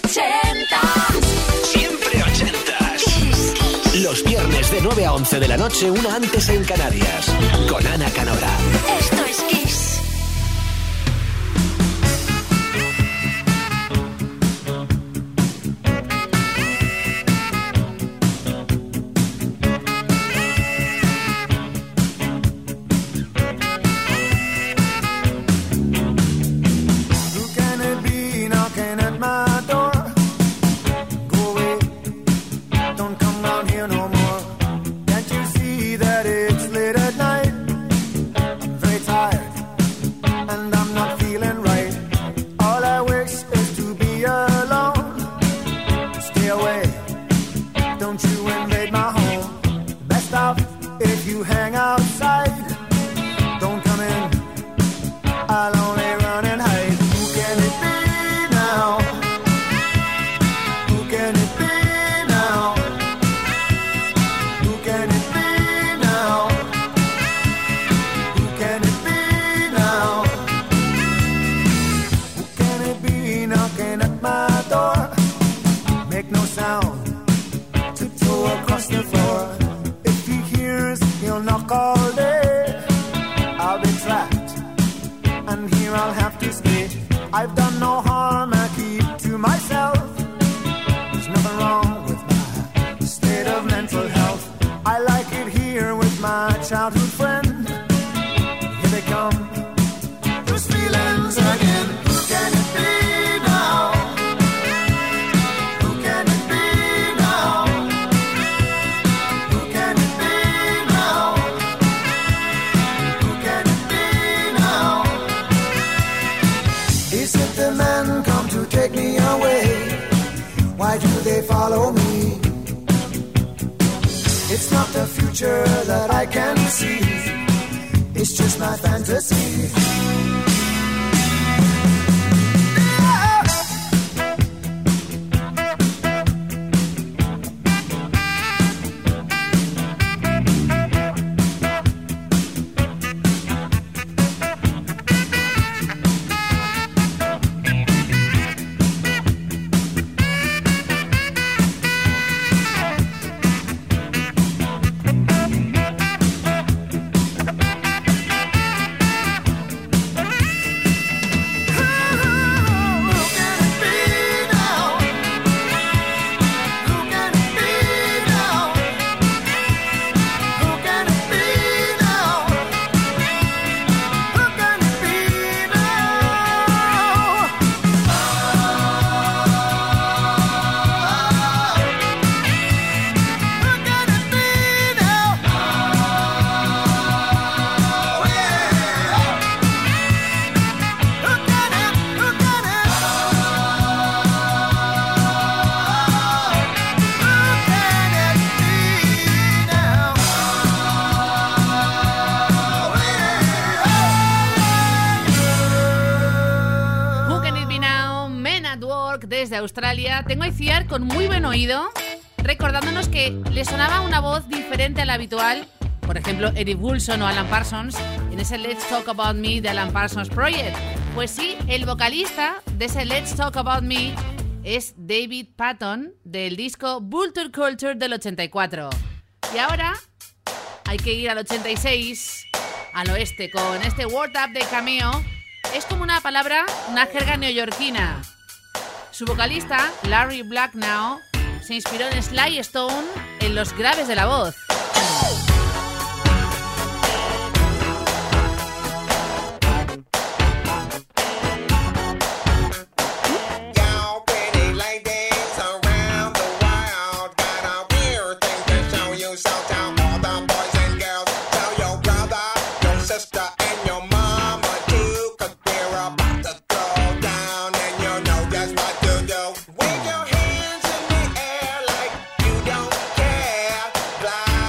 Siempre ochentas. Los viernes de 9 a 11 de la noche, una antes en Canarias. Con Ana Canora. Esto es Kiss. Desde Australia, tengo a Iciar con muy buen oído, recordándonos que le sonaba una voz diferente a la habitual, por ejemplo Eric Woolson o Alan Parsons, en ese Let's Talk About Me de Alan Parsons Project. Pues sí, el vocalista de ese Let's Talk About Me es David Patton, del disco Vulture Culture del 84. Y ahora hay que ir al 86, al oeste, con este Word Up de Cameo. Es como una palabra, una jerga neoyorquina. Su vocalista, Larry Blacknow, se inspiró en Sly Stone en los graves de la voz. Wave your hands in the air like you don't care. Fly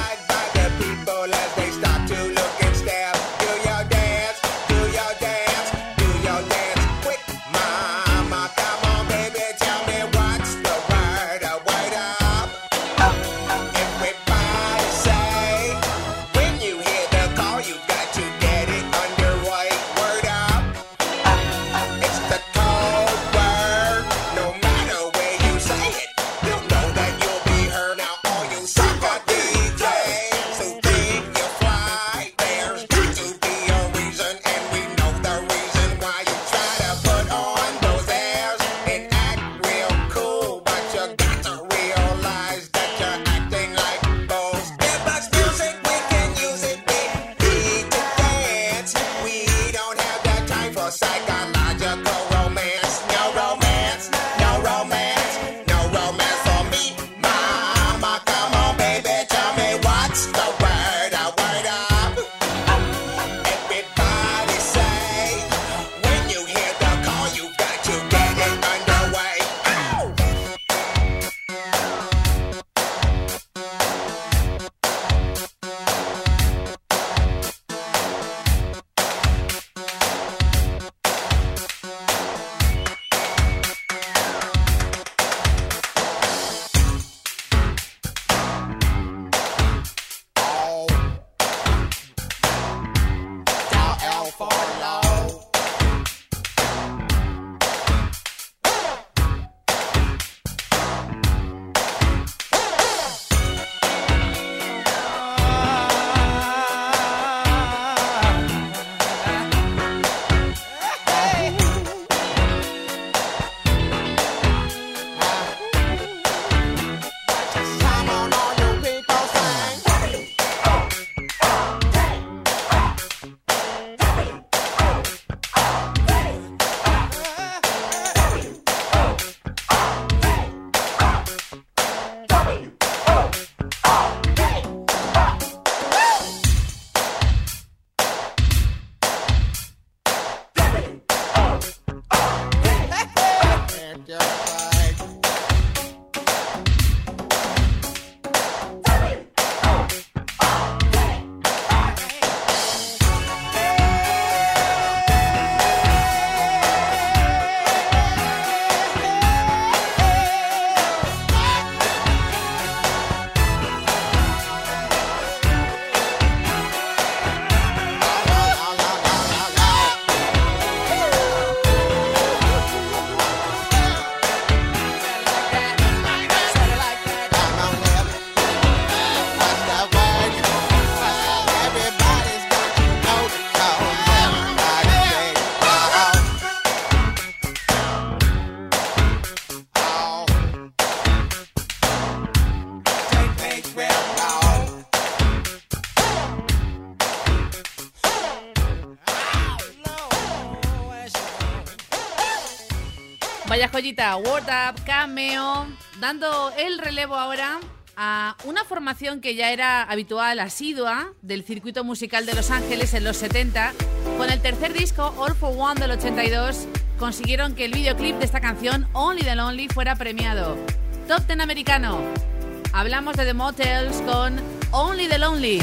Vaya joyita, Word Up, Cameo, dando el relevo ahora a una formación que ya era habitual, asidua, del circuito musical de Los Ángeles en los 70. Con el tercer disco, All for One del 82, consiguieron que el videoclip de esta canción, Only the Lonely, fuera premiado. Top 10 americano. Hablamos de The Motels con Only the Lonely.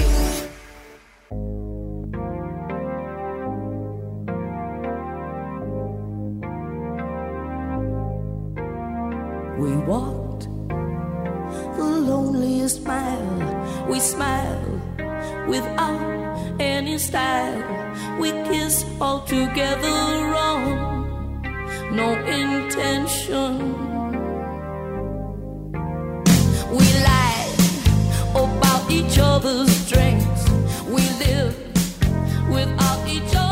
We walked the loneliest mile. We smiled without any style. We kissed all together wrong, no intention. We lied about each other's strengths. We lived without each other.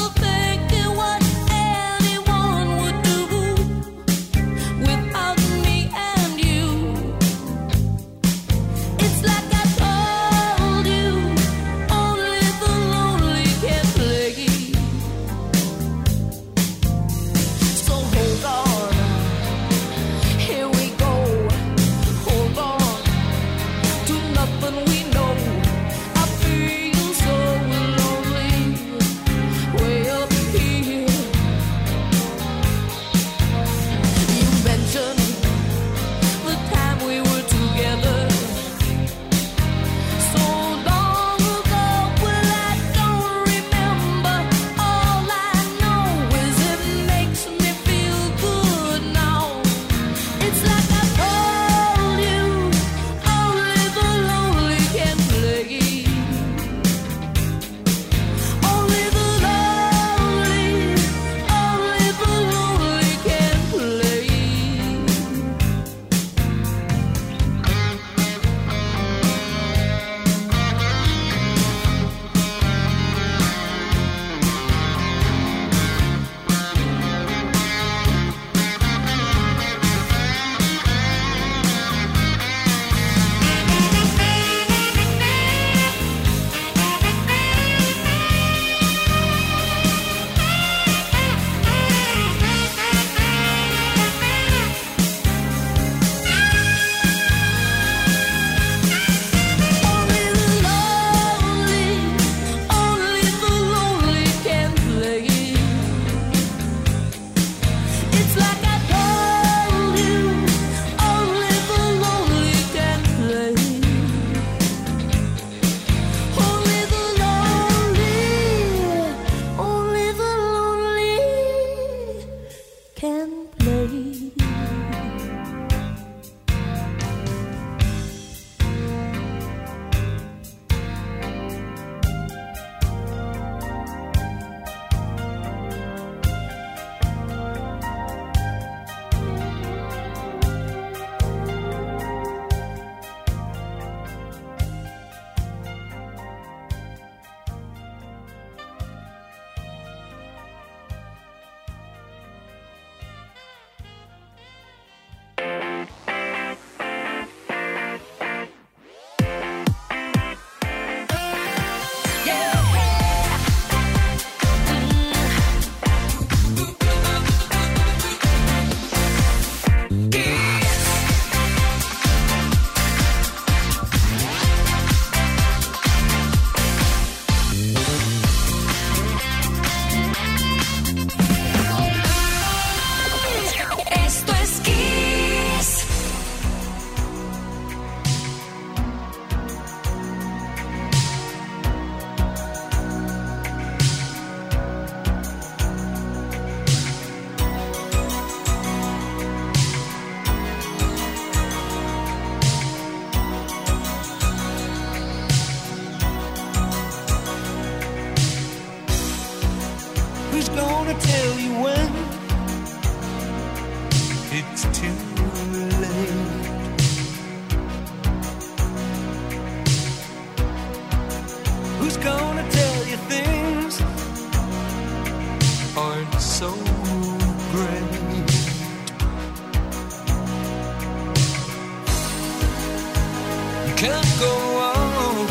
Can't go on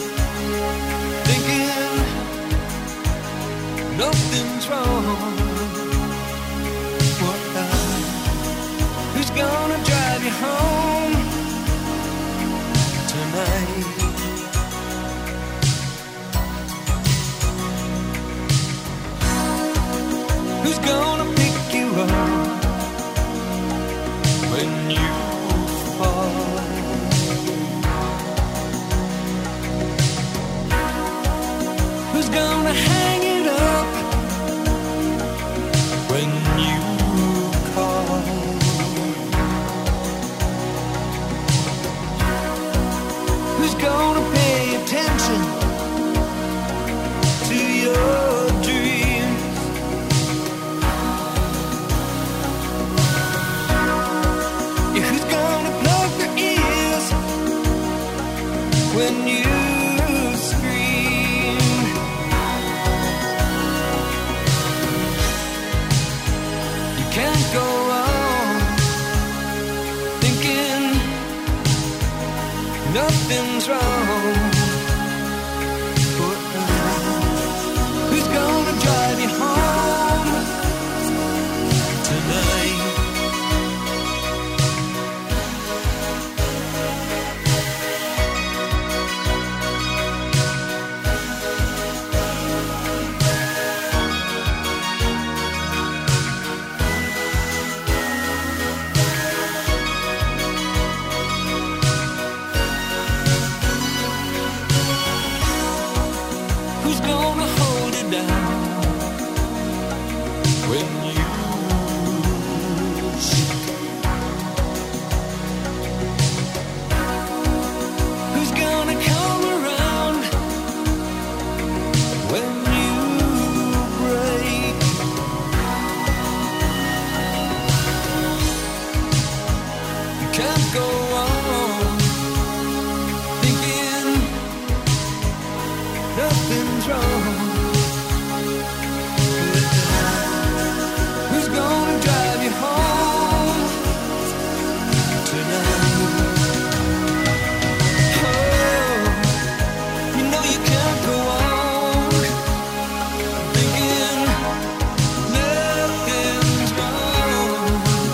thinking nothing's wrong. What you home tonight? Who's gonna pick you up when you fall? Who's gonna hang it up when you call? Who's gonna pay attention to your dreams? Yeah, who's gonna plug their ears when you can't go on thinking nothing's wrong. Who's gonna drive you home tonight? Who's gonna hold it down when you shake? Who's gonna come around when you break? You can't go on thinking nothing's wrong. Who's gonna drive you home tonight? Oh, you know you can't go on thinking nothing's wrong.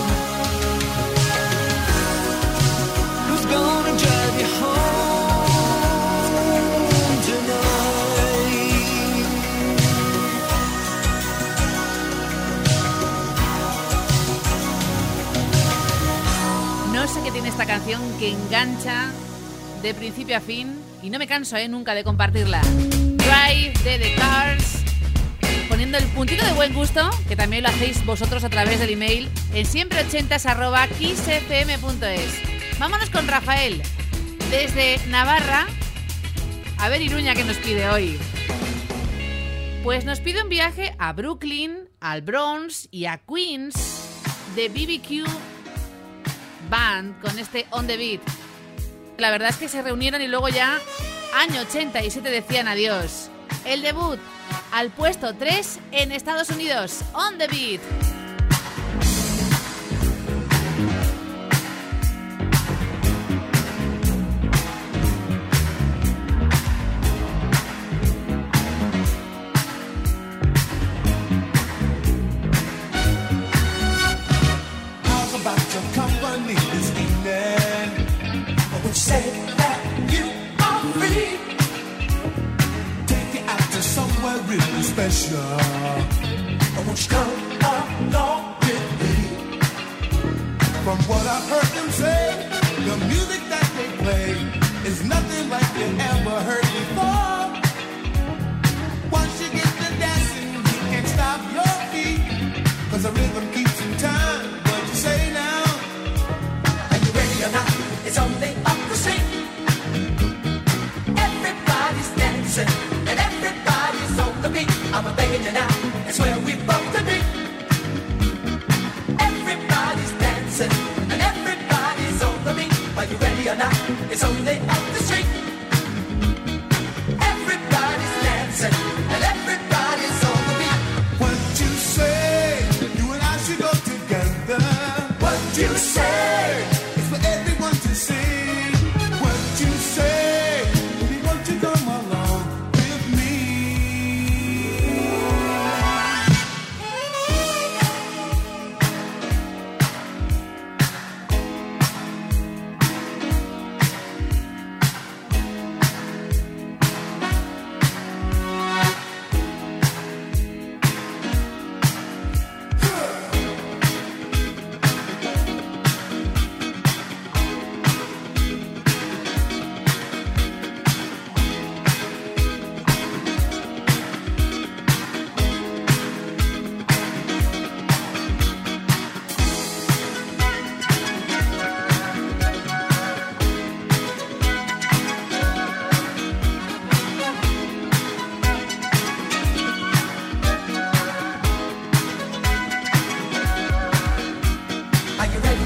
Who's gonna drive you home tonight? No sé qué tiene esta canción que engancha de principio a fin y no me canso nunca de compartirla. Drive de The Cars, poniendo el puntito de buen gusto, que también lo hacéis vosotros a través del email en siempre80s@kissfm.es. Vámonos con Rafael, desde Navarra. A ver, Iruña, ¿qué nos pide hoy? Pues nos pide un viaje a Brooklyn, al Bronx y a Queens de BBQ Band con este On The Beat. La verdad es que se reunieron y luego ya, año 87, decían adiós. El debut al puesto 3 en Estados Unidos, On The Beat. How's about your company this evening? Which say that you are free. Take you out to somewhere really special. Won't you come along with me? From what I've heard them say, the music that they play is nothing like you ever heard before. Once you get to dancing, you can't stop your feet, 'cause the rhythm keeps in time. What you say now? Are you ready or not? It's only up the street. Everybody's dancing and everybody's on the beat. I'm begging you now, it's where we both to be. Everybody's dancing and everybody's on the beat. Are you ready or not? It's only up the street. Everybody's dancing and everybody's on the beat. What you say? You and I should go together. What you say? It's for everyone to see. What you say? Baby, won't you come along with me?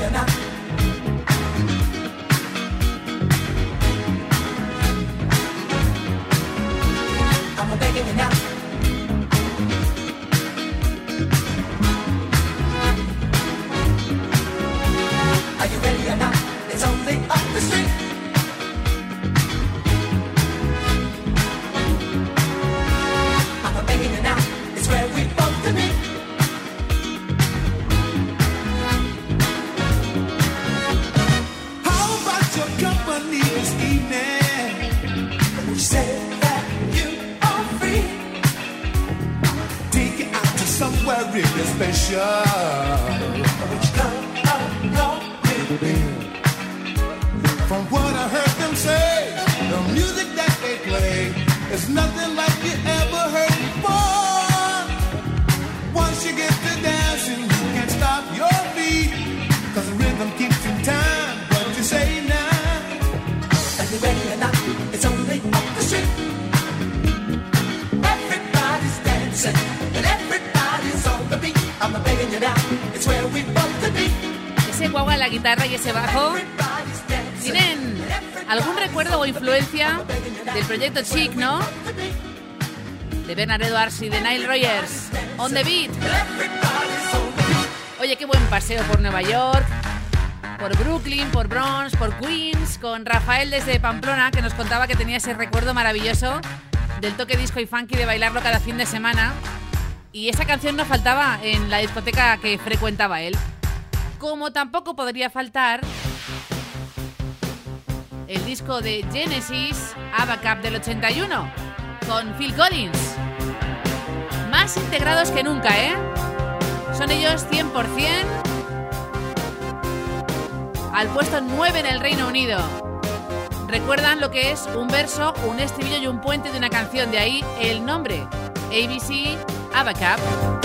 or not? I'm begging you now. Are you ready or not? It's only up the street. I'm begging you now. It's where we both to meet. How about your company this evening? You said that you are free. Take it out to somewhere really special. Would you come along with me? From what I heard them say, the music that they play is nothing like you ever heard before. Once you get to dancing, you can't stop your feet, 'cause the rhythm keeps in time. What you say now? Are you ready or not? It's only up the street. Everybody's dancing and everybody's on the beat. I'm begging you now. It's where we both to be. Ese guagua en la guitarra y ese bajo tienen algún recuerdo o influencia del proyecto Chic, ¿no? De Bernard Edwards y de Nile Rodgers. On the Beat. Oye, qué buen paseo por Nueva York, por Brooklyn, por Bronx, por Queens, con Rafael desde Pamplona, que nos contaba que tenía ese recuerdo maravilloso del toque disco y funky de bailarlo cada fin de semana. Y esa canción no faltaba en la discoteca que frecuentaba él. Como tampoco podría faltar el disco de Genesis, ABBA Cup del 81, con Phil Collins. Más integrados que nunca, ¿eh? Son ellos 100%. Al puesto 9 en el Reino Unido. Recuerdan lo que es un verso, un estribillo y un puente de una canción. De ahí el nombre, ABC ABBA Cup.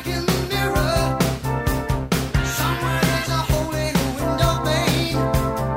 Somewhere there's a hole in the window pane.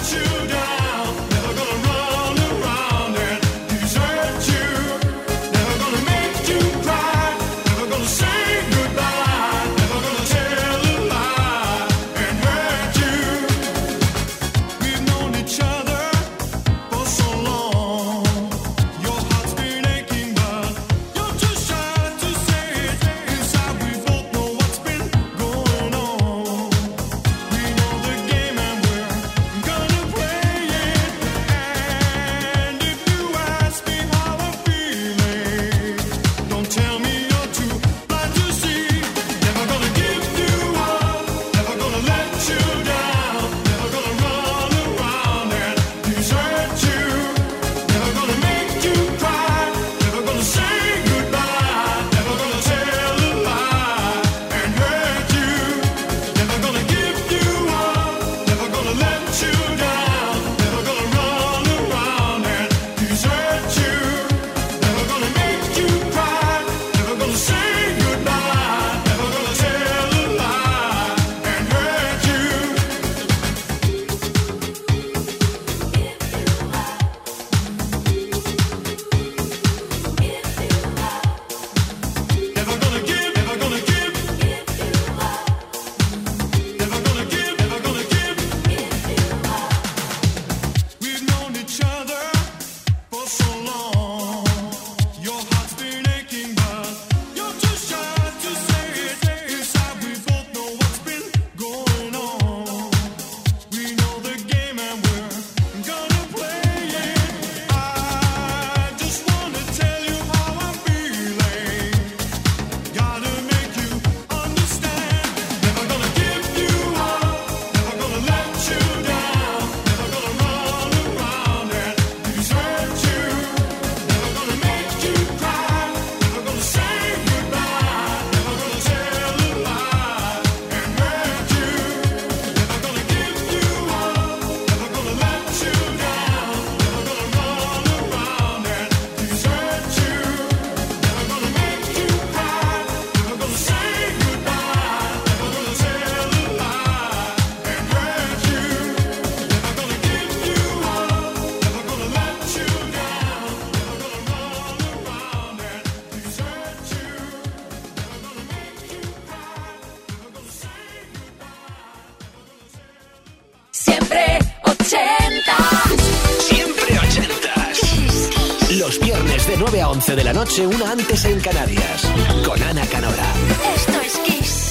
De 9 a 11 de la noche, una antes en Canarias, con Ana Canora. Esto es Kiss.